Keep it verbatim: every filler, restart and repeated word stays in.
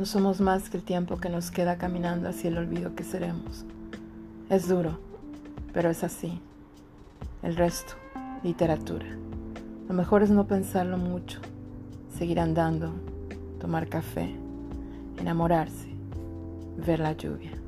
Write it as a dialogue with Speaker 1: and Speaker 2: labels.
Speaker 1: No somos más que el tiempo que nos queda caminando hacia el olvido que seremos. Es duro, pero es así. El resto, literatura. Lo mejor es no pensarlo mucho, seguir andando, tomar café, enamorarse, ver la lluvia.